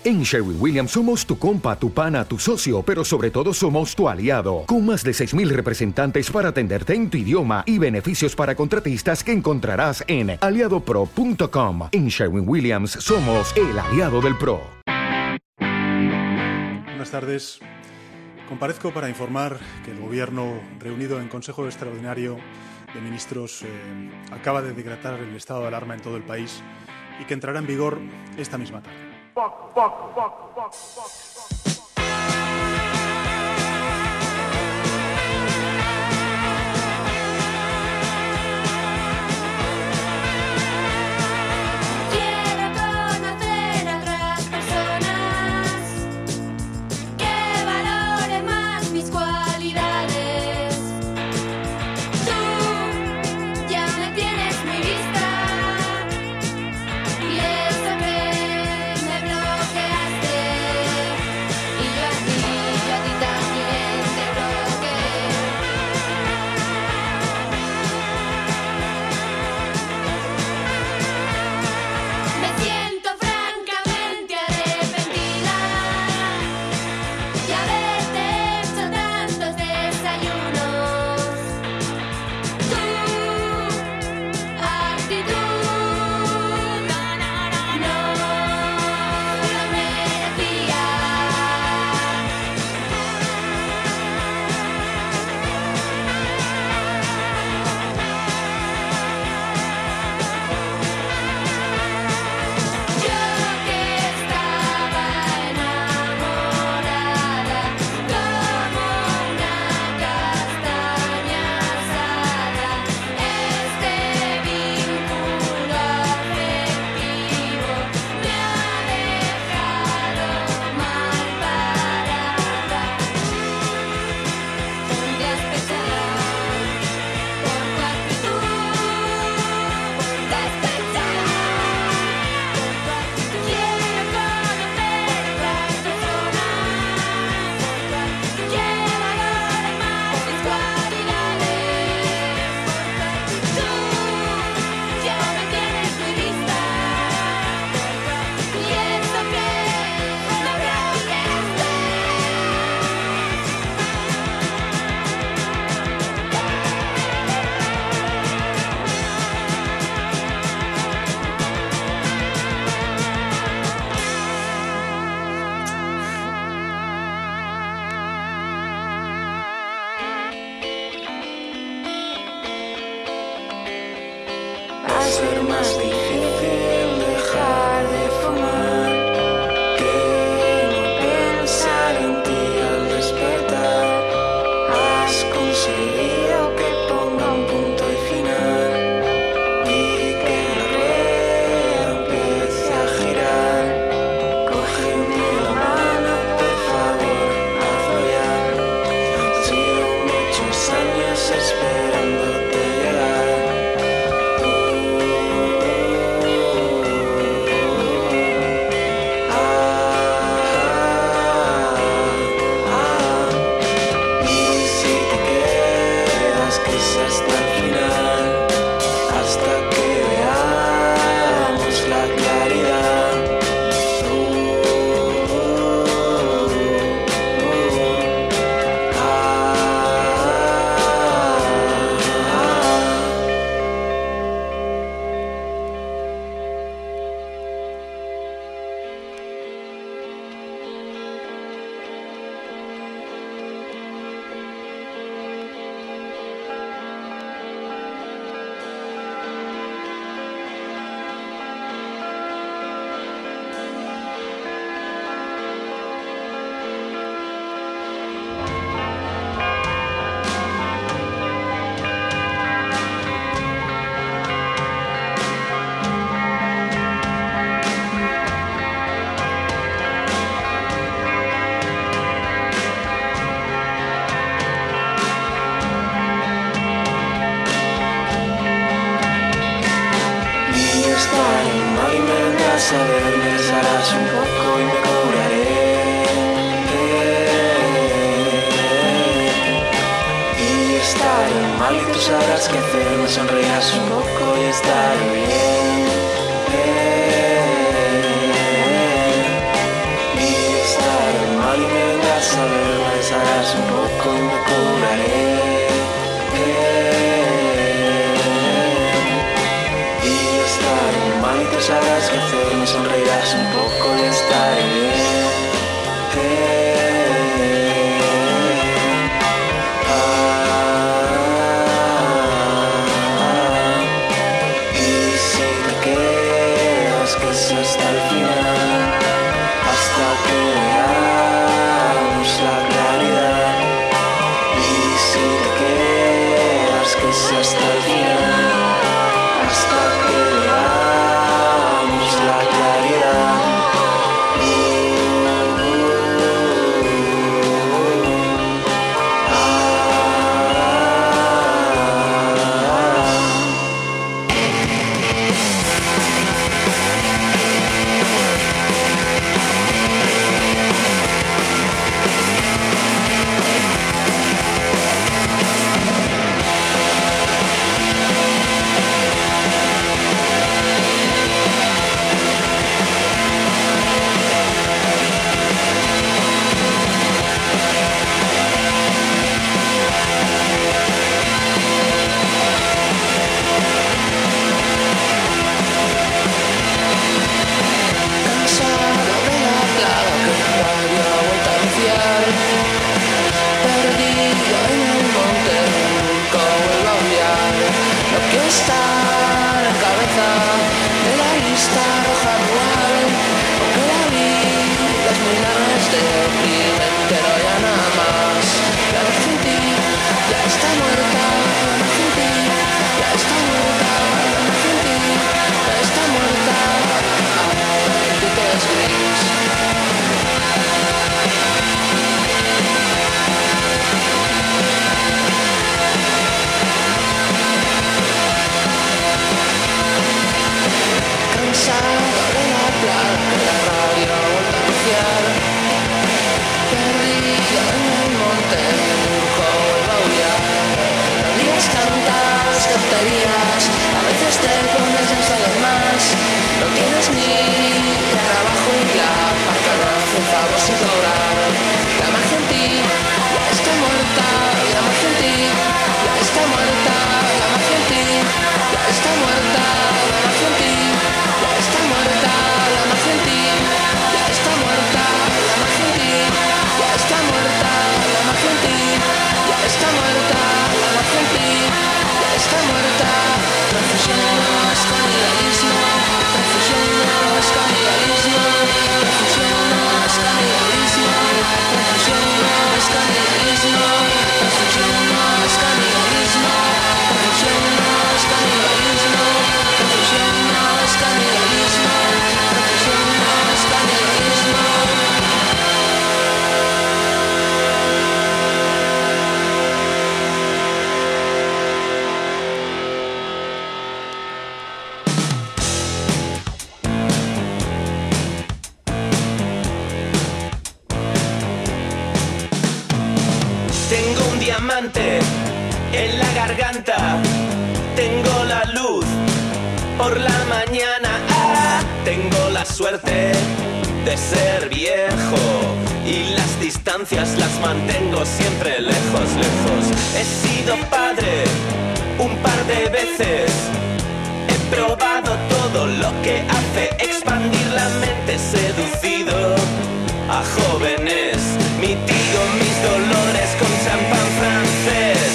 En Sherwin-Williams somos tu compa, tu pana, tu socio, pero sobre todo somos tu aliado, con más de 6,000 representantes para atenderte en tu idioma y beneficios para contratistas que encontrarás en aliadopro.com. En Sherwin-Williams somos el aliado del PRO. Buenas tardes. Comparezco para informar que el Gobierno, reunido en Consejo Extraordinario de Ministros, acaba de decretar el estado de alarma en todo el país y que entrará en vigor esta misma tarde. saber, me besarás un poco y me curaré. Y estaré mal y tú sabrás qué hacer, me sonreirás un poco y estaré bien. vas a ver, me besarás un poco y me curaré. Y estaré mal y tú sabrás qué hacer, me sonreirás un poco y estaré bien. Hasta el final, hasta que veamos la claridad. Y si te quedas, que es hasta el final, hasta que veamos la claridad. En la garganta tengo la luz por la mañana. Tengo la suerte de ser viejo y las distancias las mantengo siempre lejos, lejos. He sido padre un par de veces. He probado todo lo que hace expandir la mente. Seducido a jóvenes, mitigo mis dolores con champán francés.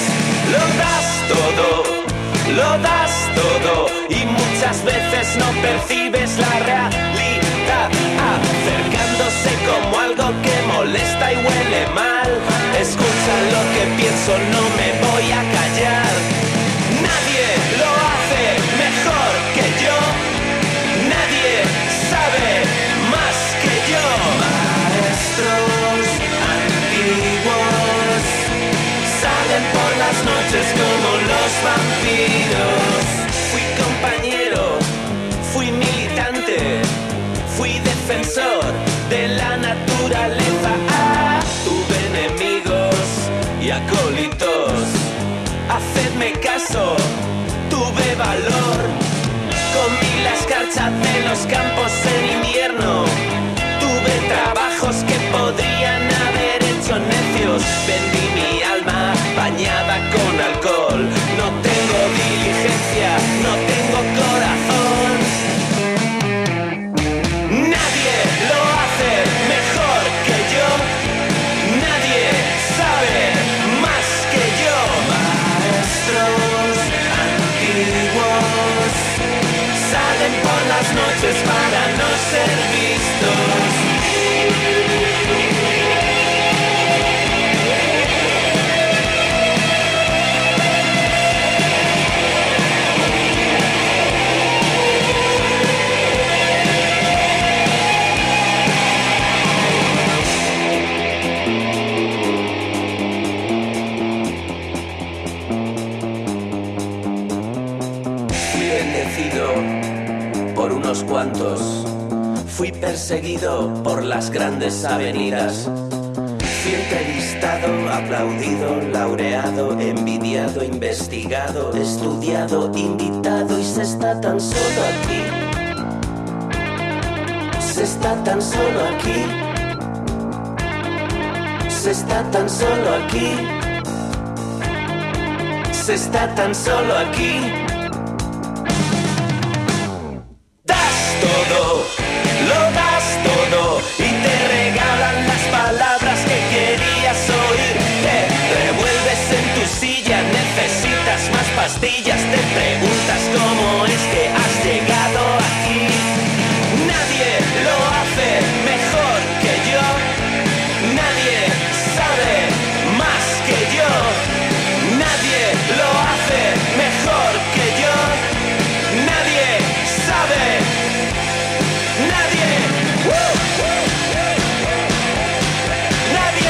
Lo das todo y muchas veces no percibes la realidad, acercándose como algo que molesta y huele mal. Escucha lo que pienso, no me voy a callar. Nadie lo hace mejor que yo, nadie sabe más que yo. Maestros antiguos salen por las noches como los vampiros. Fui compañero, fui militante, fui defensor de la naturaleza. Tuve enemigos y acólitos. Hacedme caso, tuve valor. Comí la escarcha de los campos en invierno. Tuve trabajos que podrían haber hecho perseguido por las grandes avenidas. Fui entrevistado, aplaudido, laureado, envidiado, investigado, estudiado, invitado y se está tan solo aquí. Se está tan solo aquí. Se está tan solo aquí. Se está tan solo aquí. Das todo, lo das todo y te regalan las palabras que querías oír. Te revuelves en tu silla, necesitas más pastillas, te preguntas cómo es que has llegado aquí. Nadie lo hace mejor que yo, nadie sabe más que yo, nadie lo hace mejor que yo, nadie sabe, nadie, nadie,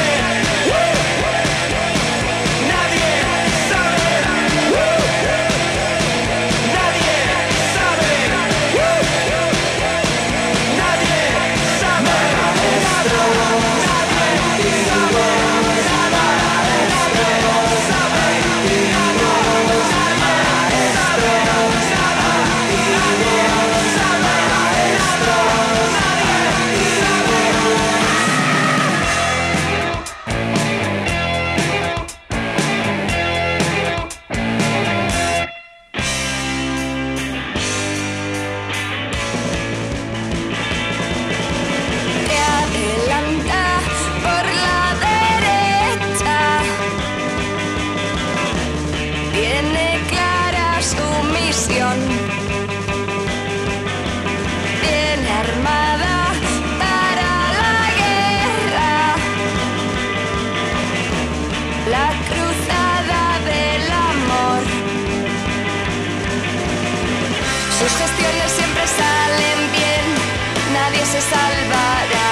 nadie sabe, nadie sabe, nadie sabe, Te adelanta por la derecha. Tiene clara su misión. Viene armada para la guerra. La cruzada del amor. Sus gestiones siempre salen bien. Nadie se salvará.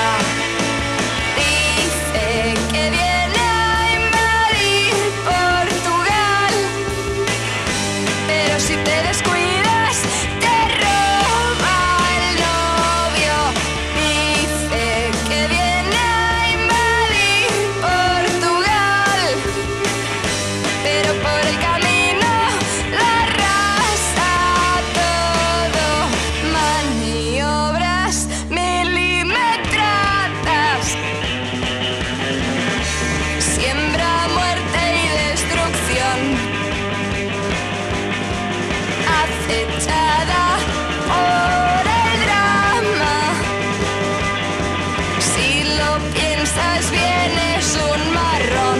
Dice que viene a invadir Portugal, pero si te descuidas te roba el novio. Dice que viene a invadir Portugal, pero por el camino lo arrasa todo. Maniobras milimetradas, siembra muerte y destrucción, acechada por el drama. Si lo piensas bien es un marrón.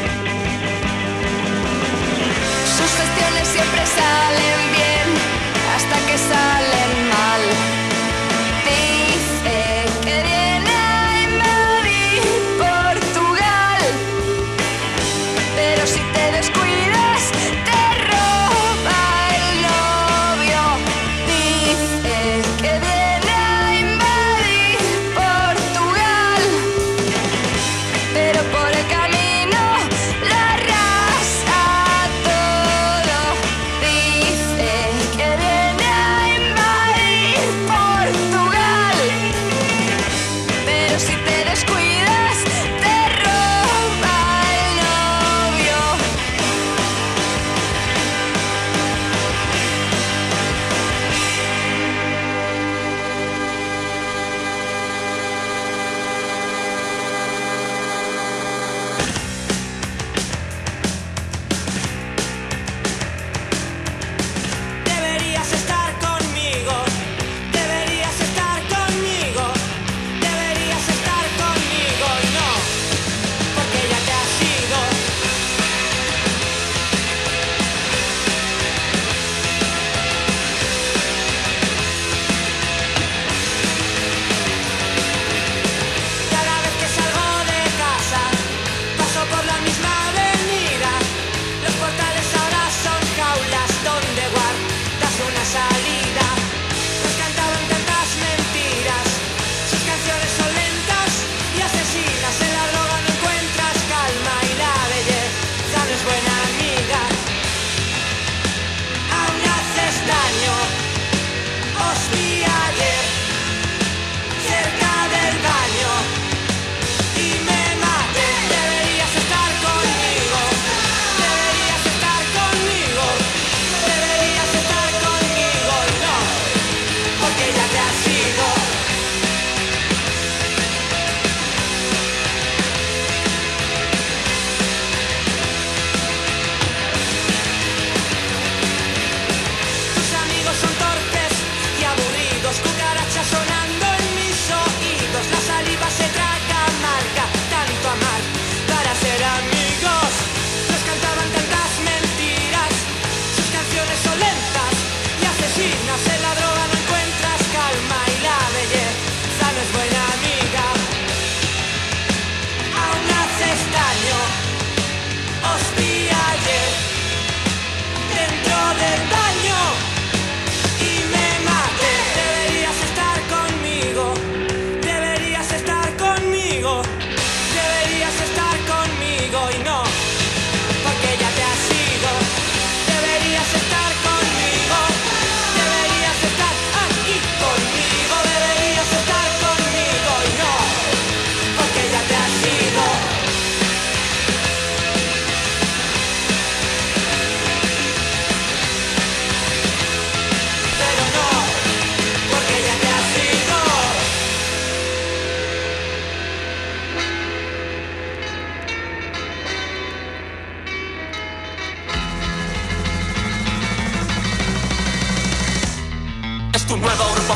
Sus gestiones siempre salen bien hasta que salen mal. Dice que viene a invadir Portugal, pero si te descuidas te roba el novio. Dice que viene a invadir Portugal, pero por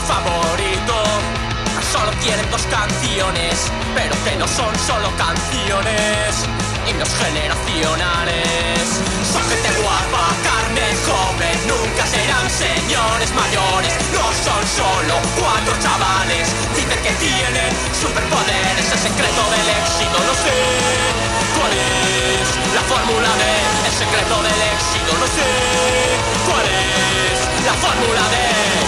favorito. Solo tienen 2 canciones, pero que no son solo canciones. Himnos generacionales. Son gente guapa, carne joven, nunca serán señores mayores. No son solo 4 chavales, dicen que tienen superpoderes. El secreto del éxito, no sé cuál es la fórmula de. El secreto del éxito, no sé cuál es la fórmula de.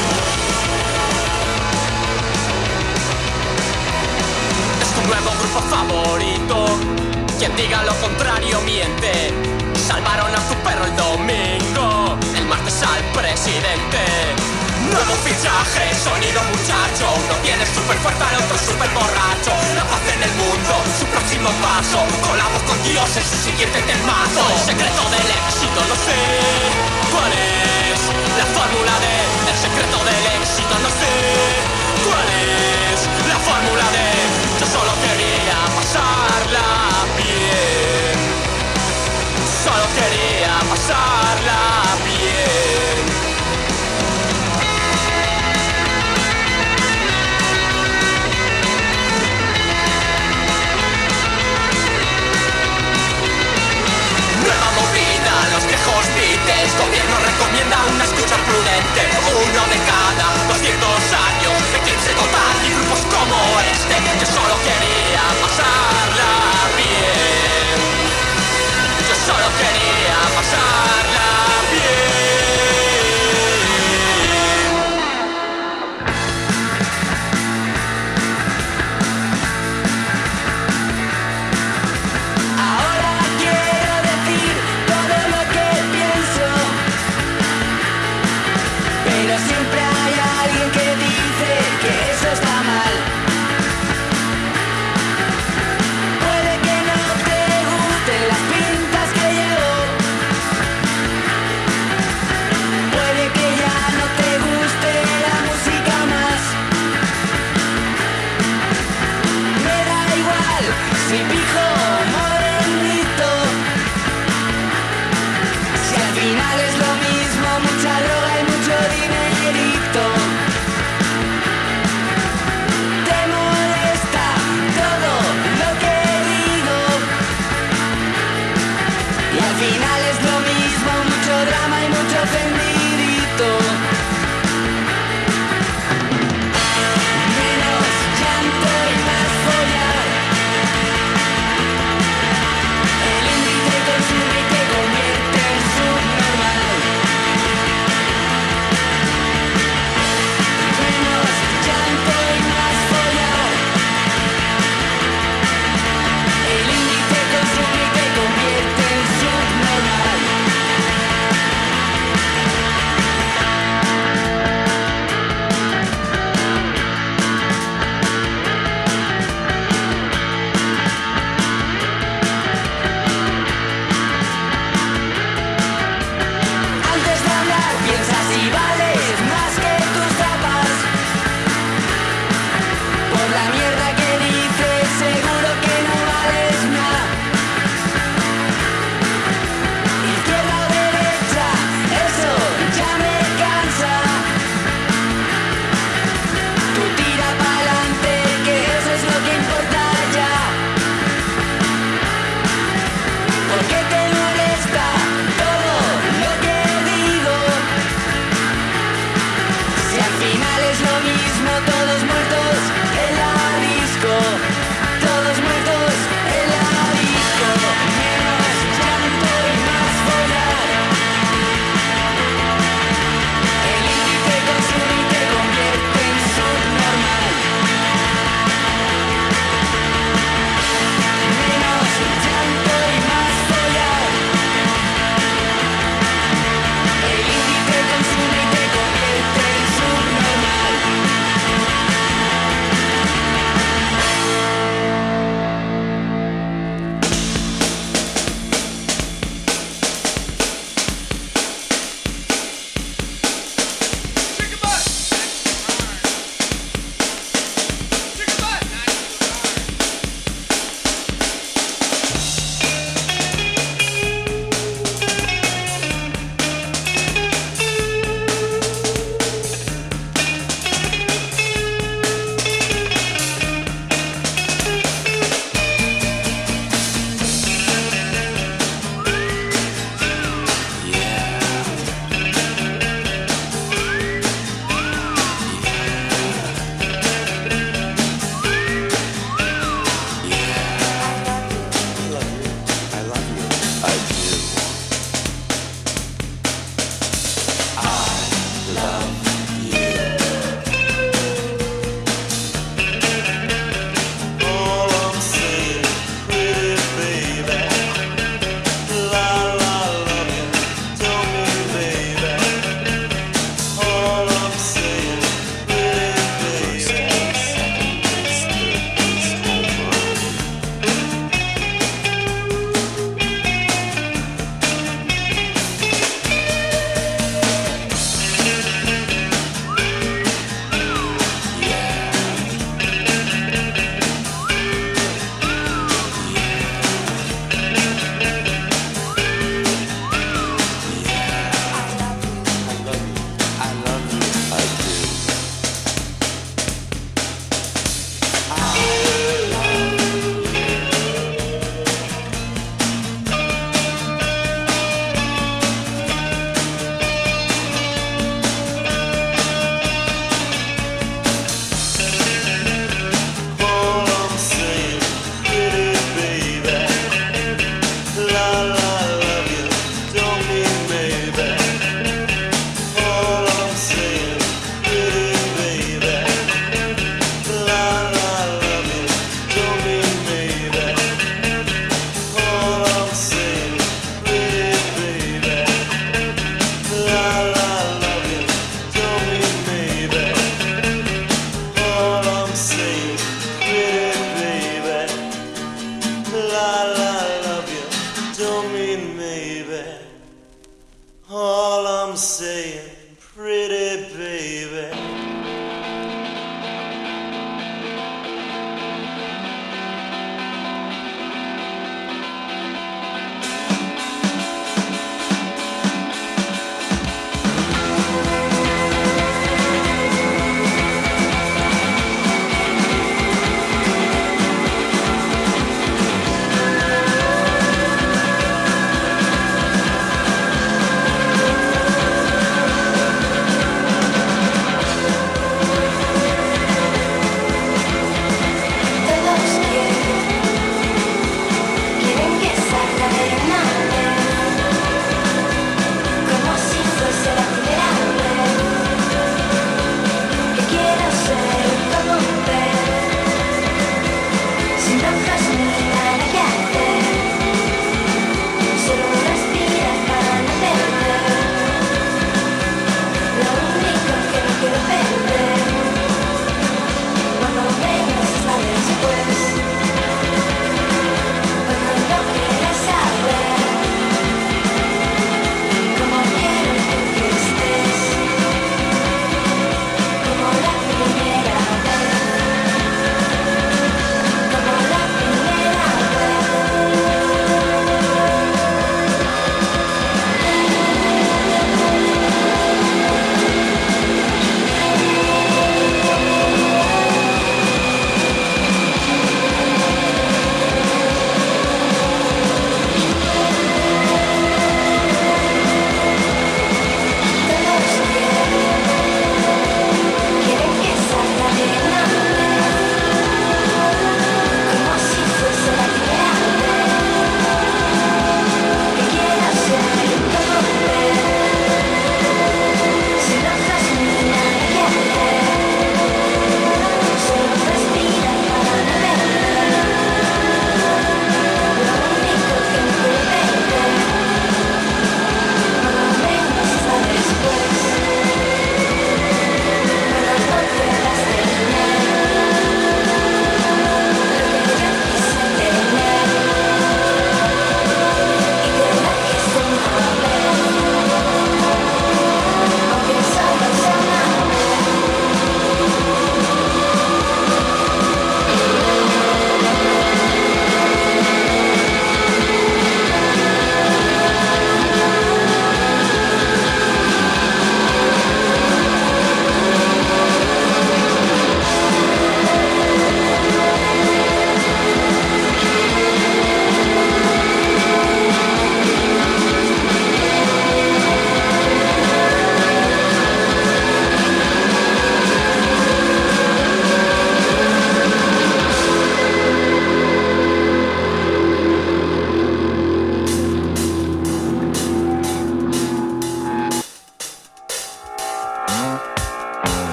Nuevo grupo favorito. Quien diga lo contrario miente. Salvaron a tu perro el domingo, el martes al presidente. Nuevo fichaje, sonido muchacho. Uno tiene super fuerza, el otro super borracho. La paz en el mundo, su próximo paso. Colabos con Dios en su siguiente temazo. El secreto del éxito, no sé cuál es la fórmula de. El secreto del éxito, no sé cuál es la fórmula de. Yo solo quería pasarla bien. Solo quería pasarla bien. Nueva movida, los viejos Beatles. Gobierno recomienda una escucha prudente. 1 de cada 200 años. Eclipse total y grupos como este. Yo solo quería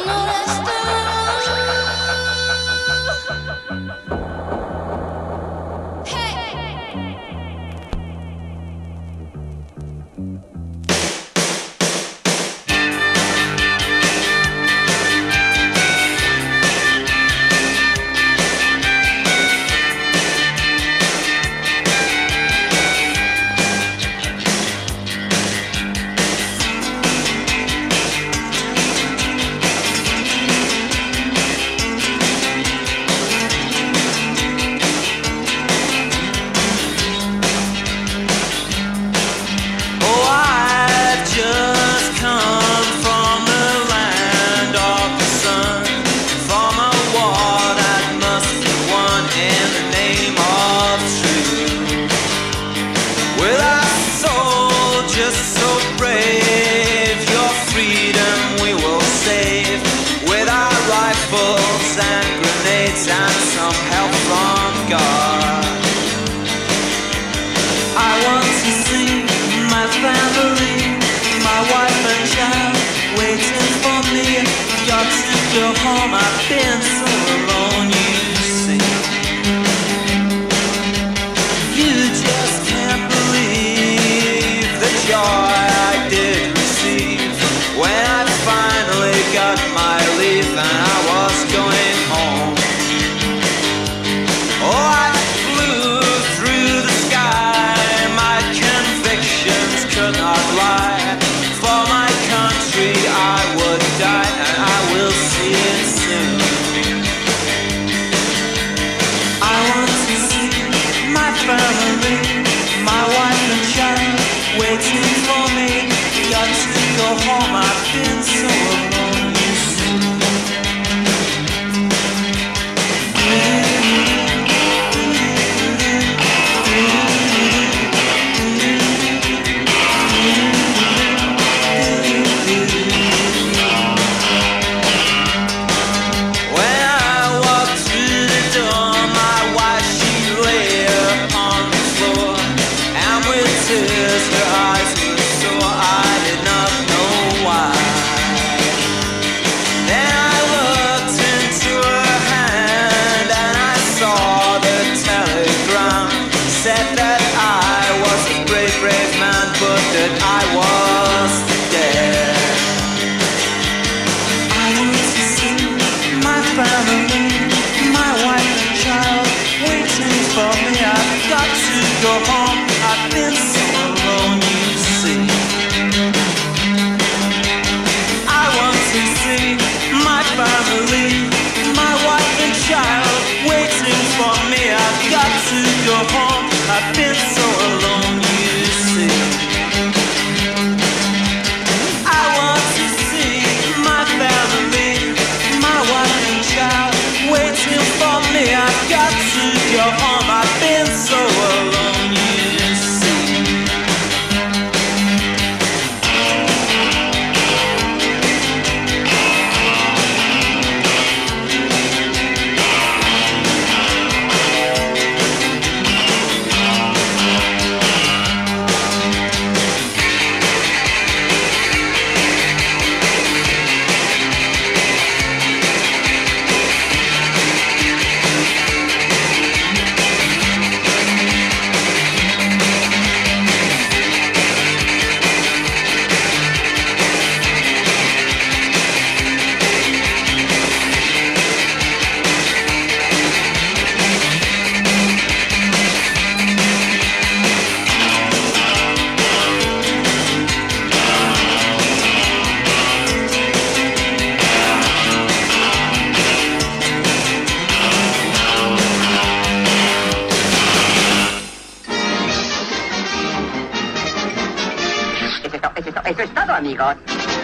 Eso es todo, amigos.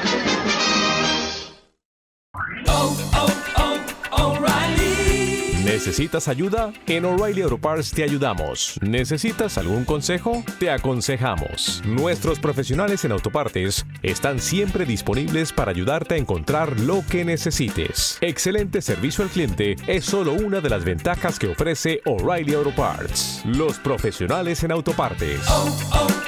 ¿Necesitas ayuda? En O'Reilly Auto Parts te ayudamos. ¿Necesitas algún consejo? Te aconsejamos. Nuestros profesionales en autopartes están siempre disponibles para ayudarte a encontrar lo que necesites. Excelente servicio al cliente es solo una de las ventajas que ofrece O'Reilly Auto Parts. Los profesionales en autopartes.